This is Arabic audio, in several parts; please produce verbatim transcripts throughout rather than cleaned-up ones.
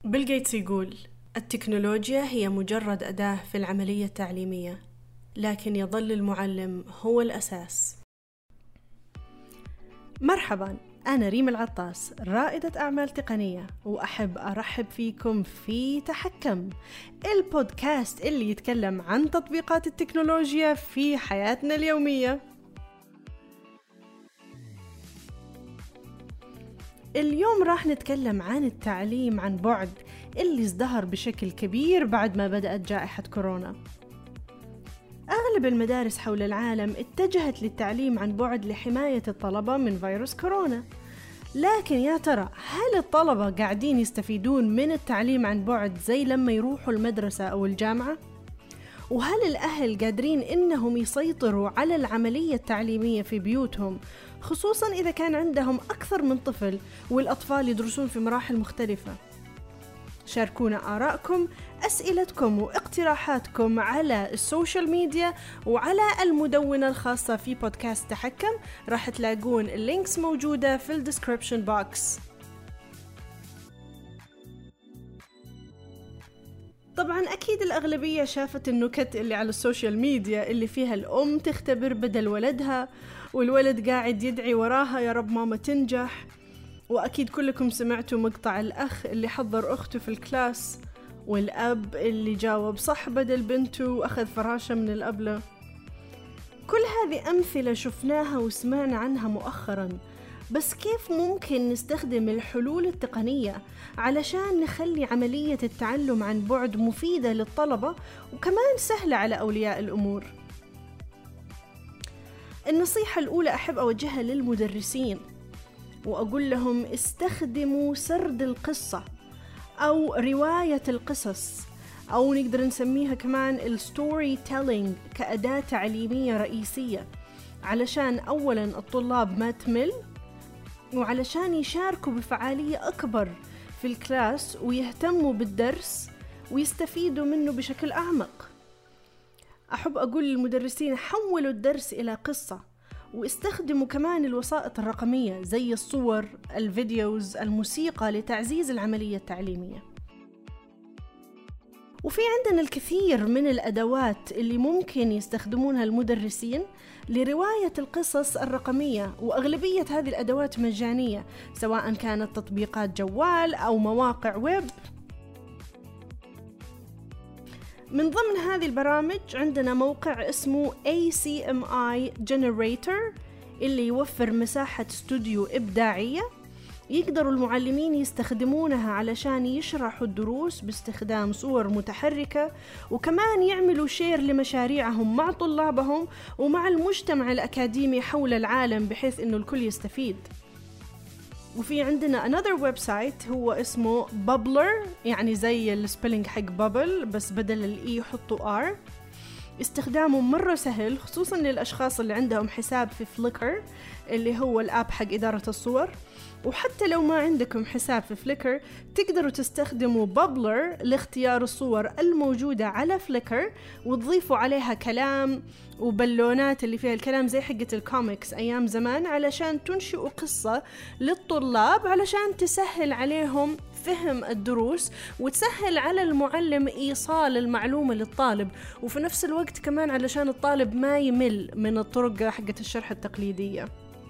بيل غيتس يقول: التكنولوجيا هي مجرد أداة في العملية التعليمية، لكن يظل المعلم هو الأساس. مرحباً، أنا ريم العطاس، رائدة أعمال تقنية، وأحب أرحب فيكم في تحكم، البودكاست اللي يتكلم عن تطبيقات التكنولوجيا في حياتنا اليومية. اليوم راح نتكلم عن التعليم عن بعد اللي ازدهر بشكل كبير بعد ما بدأت جائحة كورونا. أغلب المدارس حول العالم اتجهت للتعليم عن بعد لحماية الطلبة من فيروس كورونا، لكن يا ترى هل الطلبة قاعدين يستفيدون من التعليم عن بعد زي لما يروحوا المدرسة أو الجامعة؟ وهل الأهل قادرين إنهم يسيطروا على العملية التعليمية في بيوتهم، خصوصاً إذا كان عندهم أكثر من طفل والأطفال يدرسون في مراحل مختلفة؟ شاركونا آراءكم، أسئلتكم واقتراحاتكم على السوشيال ميديا وعلى المدونة الخاصة في بودكاست تحكم. راح تلاقون اللينكس موجودة في الديسكريبشن بوكس. طبعاً أكيد الأغلبية شافت النكت اللي على السوشيال ميديا اللي فيها الأم تختبر بدل ولدها والولد قاعد يدعي وراها يا رب ماما تنجح. وأكيد كلكم سمعتوا مقطع الأخ اللي حضر أخته في الكلاس، والأب اللي جاوب صح بدل بنته وأخذ فراشة من الأبلة. كل هذه أمثلة شفناها وسمعنا عنها مؤخراً، بس كيف ممكن نستخدم الحلول التقنية علشان نخلي عملية التعلم عن بعد مفيدة للطلبة وكمان سهلة على أولياء الأمور؟ النصيحة الأولى أحب أوجهها للمدرسين، وأقول لهم استخدموا سرد القصة أو رواية القصص، أو نقدر نسميها كمان الستوري تيلينج كأداة تعليمية رئيسية، علشان أولاً الطلاب ما تمل، وعلشان يشاركوا بفعالية أكبر في الكلاس ويهتموا بالدرس ويستفيدوا منه بشكل أعمق. أحب أقول للمدرسين حولوا الدرس إلى قصة، واستخدموا كمان الوسائط الرقمية زي الصور، الفيديوز، الموسيقى لتعزيز العملية التعليمية. وفي عندنا الكثير من الأدوات اللي ممكن يستخدمونها المدرسين لرواية القصص الرقمية، وأغلبية هذه الأدوات مجانية، سواء كانت تطبيقات جوال أو مواقع ويب. من ضمن هذه البرامج عندنا موقع اسمه إيه سي إم آي Generator اللي يوفر مساحة استوديو إبداعية يقدروا المعلمين يستخدمونها علشان يشرحوا الدروس باستخدام صور متحركة، وكمان يعملوا شير لمشاريعهم مع طلابهم ومع المجتمع الأكاديمي حول العالم بحيث إنه الكل يستفيد. وفي عندنا another website هو اسمه Bubbler، يعني زي السبيلينج حق بابل بس بدل الإي يحطوا آر. استخدامه مرة سهل خصوصاً للأشخاص اللي عندهم حساب في فليكر اللي هو الآب حق إدارة الصور. وحتى لو ما عندكم حساب في فليكر تقدروا تستخدموا بابلر لاختيار الصور الموجودة على فليكر وتضيفوا عليها كلام وبالونات اللي فيها الكلام زي حقة الكوميكس أيام زمان، علشان تنشئوا قصة للطلاب علشان تسهل عليهم فهم الدروس وتسهل على المعلم إيصال المعلومة للطالب، وفي نفس الوقت كمان علشان الطالب ما يمل من الطرق حقة الشرح التقليدية.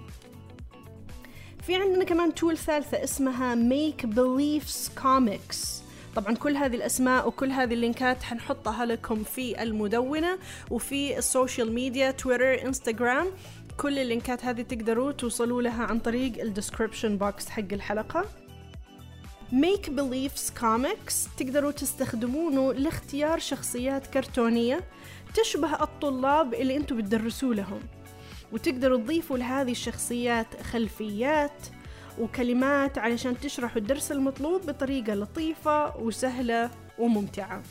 في عندنا كمان تول ثالثة اسمها Make Beliefs Comics. طبعا كل هذه الأسماء وكل هذه اللينكات حنحطها لكم في المدونة وفي السوشيال ميديا، تويتر، انستغرام. كل اللينكات هذه تقدروا توصلوا لها عن طريق الديسكريبشن بوكس حق الحلقة. Make Beliefs Comics تقدروا تستخدمونه لاختيار شخصيات كرتونية تشبه الطلاب اللي انتوا بتدرسوا لهم، وتقدروا تضيفوا لهذه الشخصيات خلفيات وكلمات علشان تشرحوا الدرس المطلوب بطريقة لطيفة وسهلة وممتعة.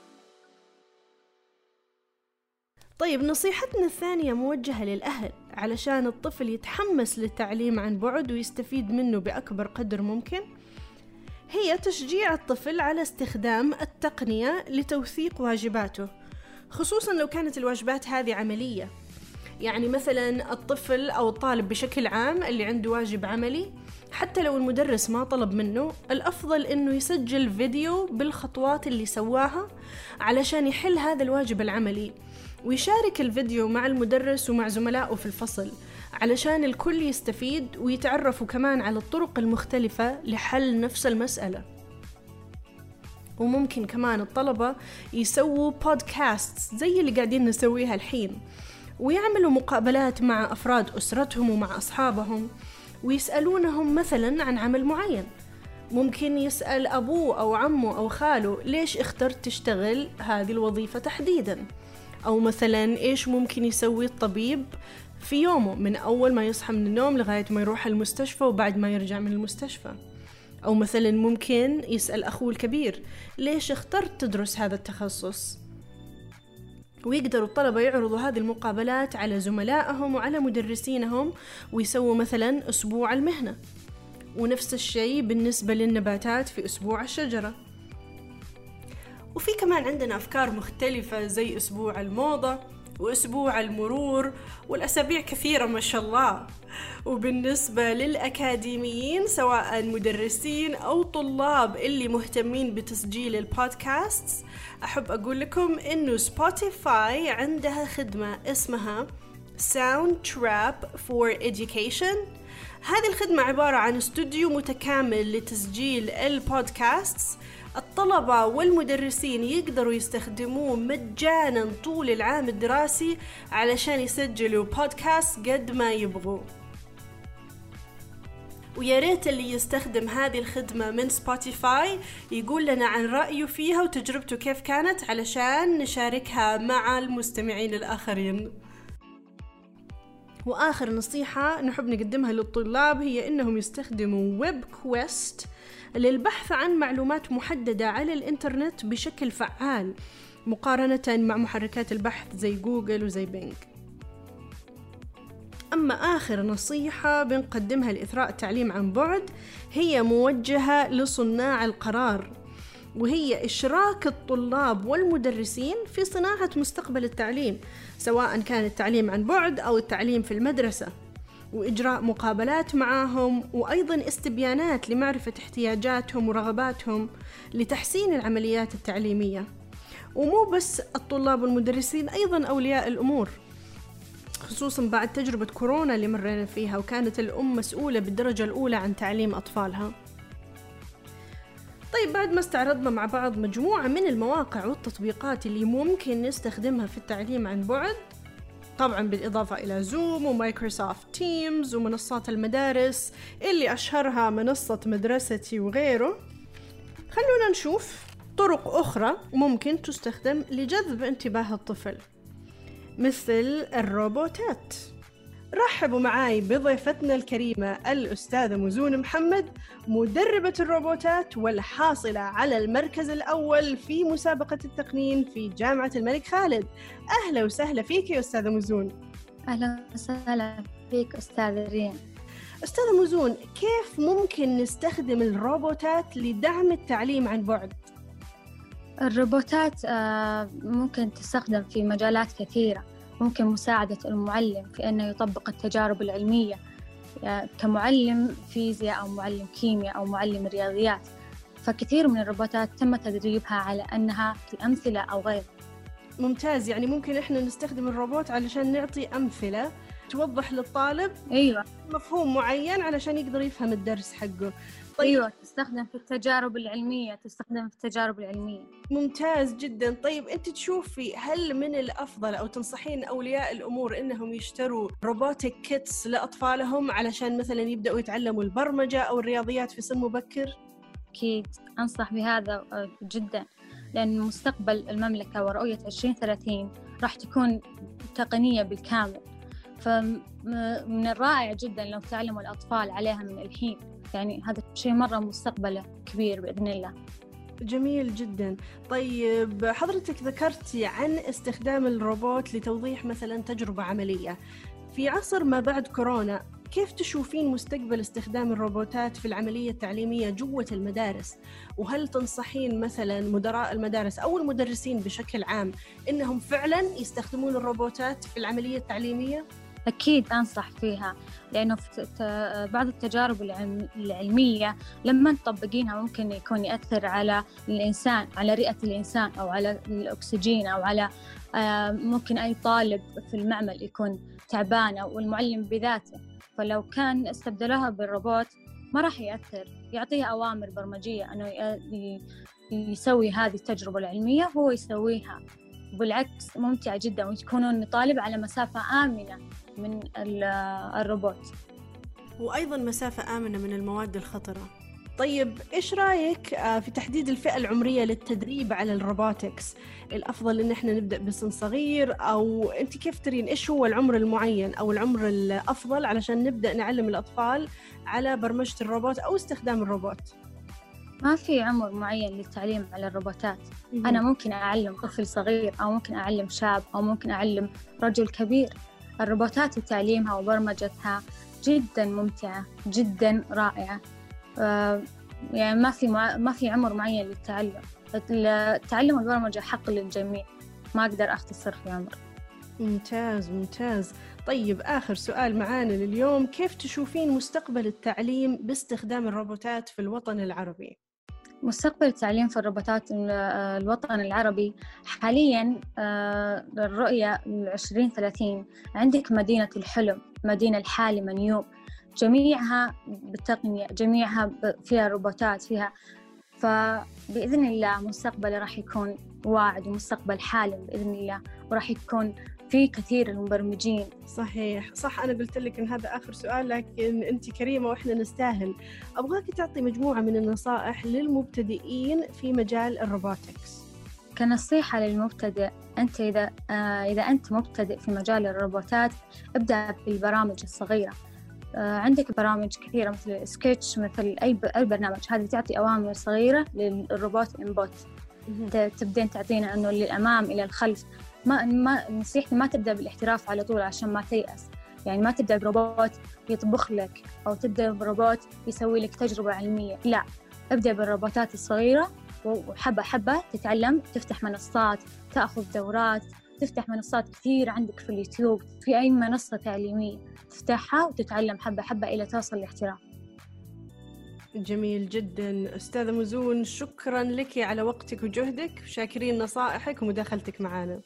طيب، نصيحتنا الثانية موجهة للأهل علشان الطفل يتحمس للتعليم عن بعد ويستفيد منه بأكبر قدر ممكن، هي تشجيع الطفل على استخدام التقنية لتوثيق واجباته، خصوصاً لو كانت الواجبات هذه عملية. يعني مثلا الطفل أو الطالب بشكل عام اللي عنده واجب عملي، حتى لو المدرس ما طلب منه، الأفضل إنه يسجل فيديو بالخطوات اللي سواها علشان يحل هذا الواجب العملي، ويشارك الفيديو مع المدرس ومع زملائه في الفصل علشان الكل يستفيد ويتعرفوا كمان على الطرق المختلفة لحل نفس المسألة. وممكن كمان الطلبة يسووا بودكاست زي اللي قاعدين نسويها الحين، ويعملوا مقابلات مع أفراد أسرتهم ومع أصحابهم، ويسألونهم مثلا عن عمل معين. ممكن يسأل أبوه أو عمه أو خاله ليش اخترت تشتغل هذه الوظيفة تحديدا، أو مثلا إيش ممكن يسوي الطبيب في يومه من أول ما يصحى من النوم لغاية ما يروح المستشفى وبعد ما يرجع من المستشفى. أو مثلا ممكن يسأل أخوه الكبير ليش اخترت تدرس هذا التخصص. ويقدروا الطلبة يعرضوا هذه المقابلات على زملائهم وعلى مدرسينهم، ويسووا مثلا أسبوع المهنة. ونفس الشيء بالنسبة للنباتات في أسبوع الشجرة. وفي كمان عندنا أفكار مختلفة زي أسبوع الموضة وأسبوع المرور، والأسابيع كثيرة ما شاء الله. وبالنسبة للأكاديميين سواء مدرسين أو طلاب اللي مهتمين بتسجيل البودكاست، أحب أقول لكم إنه سبوتيفاي عندها خدمة اسمها Soundtrap for Education. هذه الخدمة عبارة عن استوديو متكامل لتسجيل البودكاست. الطلبة والمدرسين يقدروا يستخدموه مجانا طول العام الدراسي علشان يسجلوا بودكاست قد ما يبغوا. ويا ريت اللي يستخدم هذه الخدمة من سبوتيفاي يقول لنا عن رأيه فيها وتجربته كيف كانت علشان نشاركها مع المستمعين الآخرين. وآخر نصيحة نحب نقدمها للطلاب هي إنهم يستخدموا ويب كويست للبحث عن معلومات محددة على الإنترنت بشكل فعال مقارنة مع محركات البحث زي جوجل وزي بينج. أما آخر نصيحة بنقدمها لإثراء التعليم عن بعد هي موجهة لصناع القرار، وهي إشراك الطلاب والمدرسين في صناعة مستقبل التعليم، سواء كان التعليم عن بعد أو التعليم في المدرسة، وإجراء مقابلات معهم، وأيضا استبيانات لمعرفة احتياجاتهم ورغباتهم لتحسين العمليات التعليمية. ومو بس الطلاب والمدرسين، أيضا أولياء الأمور، خصوصا بعد تجربة كورونا اللي مرينا فيها، وكانت الأم مسؤولة بالدرجة الأولى عن تعليم أطفالها. طيب، بعد ما استعرضنا مع بعض مجموعة من المواقع والتطبيقات اللي ممكن نستخدمها في التعليم عن بعد، طبعا بالإضافة إلى زوم ومايكروسوفت تيمز ومنصات المدارس اللي أشهرها منصة مدرستي وغيره، خلونا نشوف طرق أخرى ممكن تستخدم لجذب انتباه الطفل، مثل الروبوتات. رحبوا معاي بضيفتنا الكريمة الأستاذة مزون محمد، مدربة الروبوتات والحاصلة على المركز الأول في مسابقة التقنين في جامعة الملك خالد. أهلا وسهلا فيك يا أستاذة مزون. أهلا وسهلا فيك أستاذة ريم. أستاذة مزون، كيف ممكن نستخدم الروبوتات لدعم التعليم عن بعد؟ الروبوتات ممكن تستخدم في مجالات كثيرة. ممكن مساعدة المعلم في أنه يطبق التجارب العلمية كمعلم فيزياء أو معلم كيمياء أو معلم رياضيات. فكثير من الروبوتات تم تدريبها على أنها الأمثلة أو غير. ممتاز، يعني ممكن إحنا نستخدم الروبوت علشان نعطي أمثلة توضح للطالب أيوة. مفهوم معين علشان يقدر يفهم الدرس حقه. طيب. أيوة، تستخدم في التجارب العلمية تستخدم في التجارب العلمية. ممتاز جدا. طيب، أنت تشوفي هل من الأفضل أو تنصحين أولياء الأمور إنهم يشتروا روبوتيك كيتس لأطفالهم علشان مثلا يبدأوا يتعلموا البرمجة أو الرياضيات في سن مبكر؟ أكيد أنصح بهذا جدا، لأن مستقبل المملكة ورؤية عشرين ثلاثين راح تكون تقنية بالكامل. فمن الرائع جدا لو تعلموا الأطفال عليها من الحين، يعني هذا شيء مرة مستقبله كبير بإذن الله. جميل جدا. طيب، حضرتك ذكرتي عن استخدام الروبوت لتوضيح مثلا تجربة عملية. في عصر ما بعد كورونا، كيف تشوفين مستقبل استخدام الروبوتات في العملية التعليمية جوة المدارس؟ وهل تنصحين مثلا مدراء المدارس أو المدرسين بشكل عام إنهم فعلا يستخدمون الروبوتات في العملية التعليمية؟ أكيد أنصح فيها، لأنه في بعض التجارب العلمية لما تطبقينها ممكن يكون يأثر على الإنسان، على رئة الإنسان أو على الأكسجين أو على ممكن أي طالب في المعمل يكون تعبان أو المعلم بذاته. فلو كان استبدلوها بالروبوت ما راح يأثر، يعطيه أوامر برمجية أنه يسوي هذه التجربة العلمية هو يسويها. بالعكس ممتعة جدا، وتكونون طالب على مسافة آمنة من الروبوت، وأيضا مسافة آمنة من المواد الخطرة. طيب إيش رأيك في تحديد الفئة العمرية للتدريب على الروبوتكس؟ الأفضل إن إحنا نبدأ بسن صغير، أو أنت كيف ترين إيش هو العمر المعين أو العمر الأفضل علشان نبدأ نعلم الأطفال على برمجة الروبوت أو استخدام الروبوت؟ ما في عمر معين للتعليم على الروبوتات. م- أنا ممكن أعلم طفل صغير أو ممكن أعلم شاب أو ممكن أعلم رجل كبير. الروبوتات وتعليمها وبرمجتها جدا ممتعة جدا رائعة. آه يعني ما في مع... ما في عمر معين للتعلم. التعلم والبرمجة حق للجميع، ما أقدر أختصر في عمر. ممتاز ممتاز. طيب آخر سؤال معانا لليوم، كيف تشوفين مستقبل التعليم باستخدام الروبوتات في الوطن العربي؟ مستقبل التعليم في الروبوتات الوطن العربي حالياً الرؤية عشرين ثلاثين، عندك مدينة الحلم، مدينة الحالمة نيوم، جميعها بالتقنية، جميعها فيها روبوتات فيها. فبإذن الله مستقبل راح يكون واعد ومستقبل حالم بإذن الله، وراح يكون في كثير المبرمجين. صحيح صح. أنا قلت لك إن هذا آخر سؤال، لكن أنت كريمة وإحنا نستاهل. أبغاك تعطي مجموعة من النصائح للمبتدئين في مجال الروبوتكس. كنصيحة للمبتدئ، أنت إذا آه إذا أنت مبتدئ في مجال الروبوتات ابدأ بالبرامج الصغيرة. آه عندك برامج كثيرة مثل سكتش، مثل أي أي برنامج، هذه تعطي أوامر صغيرة للروبوت إنبوت. تبدين تعطينا أنه للأمام إلى الخلف. ما ما نصيحتي ما تبدأ بالاحتراف على طول عشان ما تيأس. يعني ما تبدأ بروبوت يطبخ لك أو تبدأ بروبوت يسوي لك تجربة علمية، لا، ابدأ بالروبوتات الصغيرة وحبة حبة تتعلم، تفتح منصات، تأخذ دورات، تفتح منصات كثير عندك في اليوتيوب، في أي منصة تعليمية تفتحها وتتعلم حبة حبة إلى توصل لاحتراف. جميل جدا أستاذة مزون، شكرا لك على وقتك وجهدك، شاكرين نصائحك ومداخلتك معنا.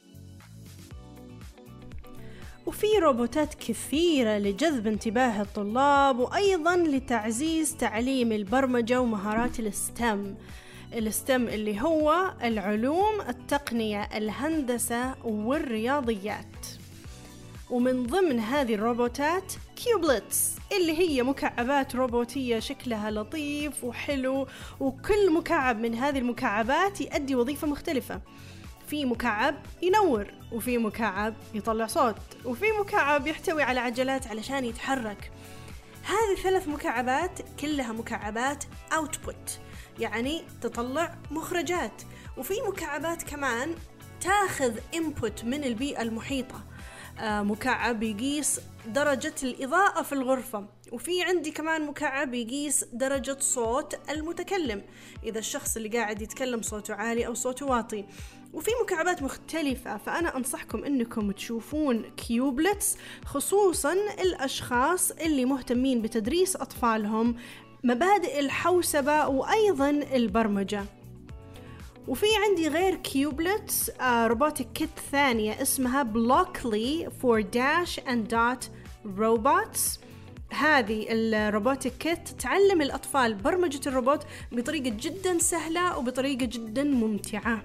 وفي روبوتات كثيرة لجذب انتباه الطلاب وأيضا لتعزيز تعليم البرمجة ومهارات الستم. الستم اللي هو العلوم، التقنية، الهندسة والرياضيات. ومن ضمن هذه الروبوتات كيوبلتس، اللي هي مكعبات روبوتية شكلها لطيف وحلو، وكل مكعب من هذه المكعبات يؤدي وظيفة مختلفة. في مكعب ينور، وفي مكعب يطلع صوت، وفي مكعب يحتوي على عجلات علشان يتحرك. هذه ثلاث مكعبات كلها مكعبات output، يعني تطلع مخرجات. وفي مكعبات كمان تاخذ input من البيئة المحيطة. آه مكعب يقيس درجة الإضاءة في الغرفة، وفي عندي كمان مكعب يقيس درجة صوت المتكلم، إذا الشخص اللي قاعد يتكلم صوته عالي أو صوته واطي. وفي مكعبات مختلفة، فأنا أنصحكم أنكم تشوفون كيوبلتس، خصوصاً الأشخاص اللي مهتمين بتدريس أطفالهم مبادئ الحوسبة وأيضاً البرمجة. وفي عندي غير كيوبلتس آه روبوتك كيت ثانية اسمها بلوكلي for dash and dot robots. هذه الروبوتك كيت تعلم الأطفال برمجة الروبوت بطريقة جدا سهلة وبطريقة جدا ممتعة.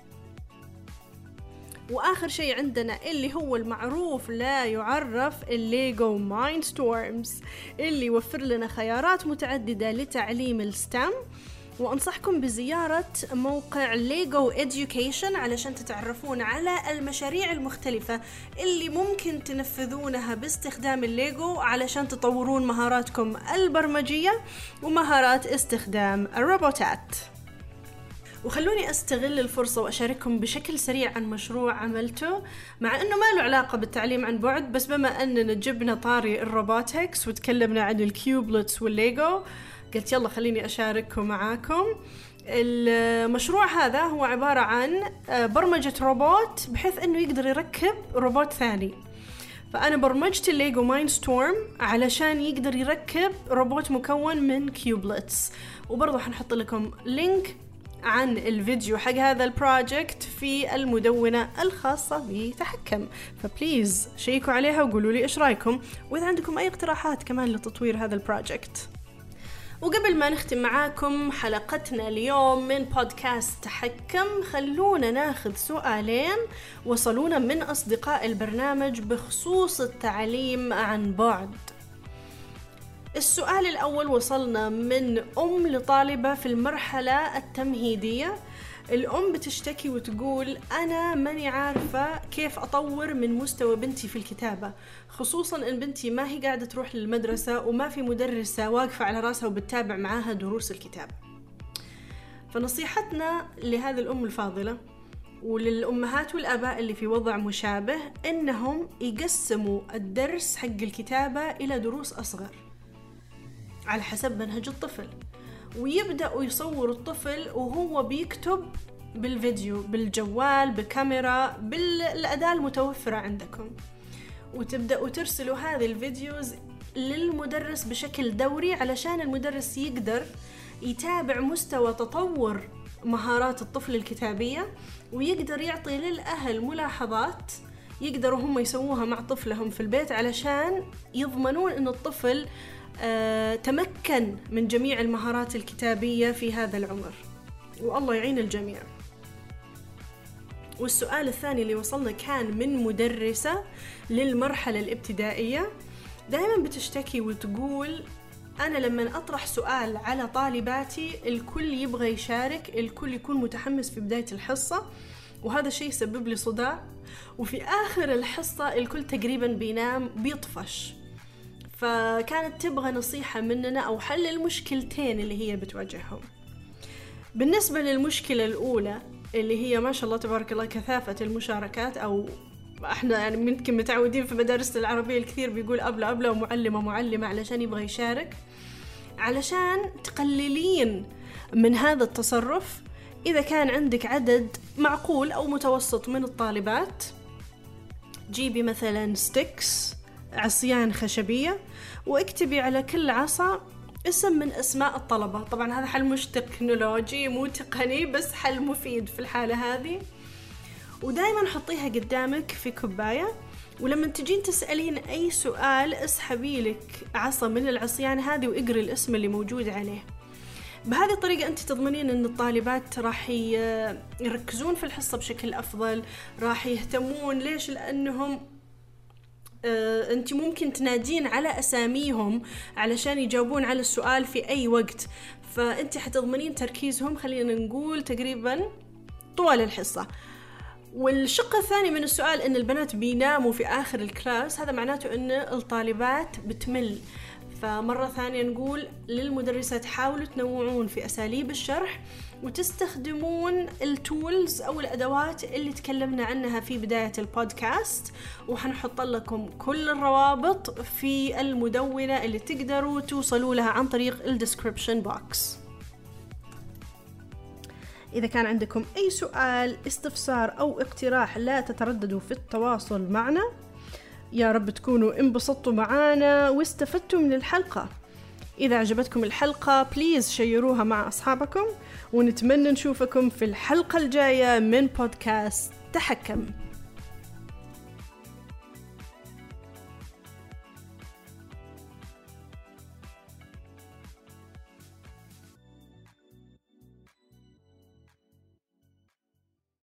وآخر شيء عندنا اللي هو المعروف لا يعرف، الليجو مايند ستورمز، اللي يوفر لنا خيارات متعددة لتعليم الستم. وأنصحكم بزيارة موقع ليجو إديوكيشن علشان تتعرفون على المشاريع المختلفة اللي ممكن تنفذونها باستخدام الليجو علشان تطورون مهاراتكم البرمجية ومهارات استخدام الروبوتات. وخلوني أستغل الفرصة وأشارككم بشكل سريع عن مشروع عملته، مع أنه ما له علاقة بالتعليم عن بعد، بس بما أننا جبنا طاري الروبوتكس وتكلمنا عن الكيوبلتس والليجو، قلت يلا خليني أشاركه معاكم. المشروع هذا هو عبارة عن برمجة روبوت بحيث أنه يقدر يركب روبوت ثاني. فأنا برمجت الليجو ماينستورم علشان يقدر يركب روبوت مكون من كيوبلتس، وبرضه حنحط لكم لينك عن الفيديو حق هذا البروجكت في المدونة الخاصة بتحكم، فبليز شيكوا عليها وقولوا لي إيش رأيكم، وإذا عندكم أي اقتراحات كمان لتطوير هذا البروجكت. وقبل ما نختم معاكم حلقتنا اليوم من بودكاست تحكم، خلونا ناخذ سؤالين وصلونا من أصدقاء البرنامج بخصوص التعليم عن بعد. السؤال الأول وصلنا من أم لطالبة في المرحلة التمهيدية. الأم بتشتكي وتقول أنا ماني عارفة كيف أطور من مستوى بنتي في الكتابة، خصوصاً إن بنتي ما هي قاعدة تروح للمدرسة وما في مدرسة واقفة على راسها وبتتابع معاها دروس الكتابة. فنصيحتنا لهذه الأم الفاضلة وللأمهات والآباء اللي في وضع مشابه إنهم يقسموا الدرس حق الكتابة إلى دروس أصغر على حسب منهج الطفل، ويبدأوا يصوروا الطفل وهو بيكتب بالفيديو بالجوال بكاميرا بالأداة المتوفرة عندكم، وتبدأوا ترسلوا هذه الفيديوز للمدرس بشكل دوري علشان المدرس يقدر يتابع مستوى تطور مهارات الطفل الكتابية، ويقدر يعطي للأهل ملاحظات يقدروا هم يسووها مع طفلهم في البيت علشان يضمنون أن الطفل آه، تمكن من جميع المهارات الكتابية في هذا العمر، والله يعين الجميع. والسؤال الثاني اللي وصلنا كان من مدرسة للمرحلة الابتدائية، دائما بتشتكي وتقول أنا لما أطرح سؤال على طالباتي الكل يبغى يشارك، الكل يكون متحمس في بداية الحصة، وهذا الشيء يسبب لي صداع، وفي آخر الحصة الكل تقريبا بينام بيطفش. فكانت تبغى نصيحة مننا أو حل المشكلتين اللي هي بتواجههم. بالنسبة للمشكلة الأولى اللي هي ما شاء الله تبارك الله كثافة المشاركات، أو احنا يعني ممكن متعودين في مدارس العربية الكثير بيقول أبلة أبلة ومعلمة معلمة علشان يبغى يشارك، علشان تقللين من هذا التصرف إذا كان عندك عدد معقول أو متوسط من الطالبات، جيبي مثلا ستيكس عصيان خشبية واكتبي على كل عصا اسم من أسماء الطلبة. طبعا هذا حل مش تكنولوجي مو تقني بس حل مفيد في الحالة هذه، ودايما حطيها قدامك في كوباية، ولما تجين تسألين أي سؤال اسحبي لك عصا من العصيان هذه واقري الاسم اللي موجود عليه. بهذه الطريقة أنت تضمنين أن الطالبات راح يركزون في الحصة بشكل أفضل، راح يهتمون. ليش؟ لأنهم آه، أنت ممكن تنادين على أساميهم علشان يجاوبون على السؤال في أي وقت، فأنت حتضمنين تركيزهم خلينا نقول تقريبا طوال الحصة. والشق الثاني من السؤال أن البنات بيناموا في آخر الكلاس، هذا معناته أن الطالبات بتمل. فمرة ثانية نقول للمدرسات حاولوا تنوعون في أساليب الشرح وتستخدمون التولز أو الأدوات اللي تكلمنا عنها في بداية البودكاست، وحنحط لكم كل الروابط في المدونة اللي تقدروا توصلوا لها عن طريق الديسكريبشن بوكس. إذا كان عندكم أي سؤال استفسار أو اقتراح لا تترددوا في التواصل معنا. يا رب تكونوا انبسطتوا معانا واستفدتوا من الحلقة. إذا عجبتكم الحلقة بليز شيروها مع أصحابكم، ونتمنى نشوفكم في الحلقة الجاية من بودكاست تحكم.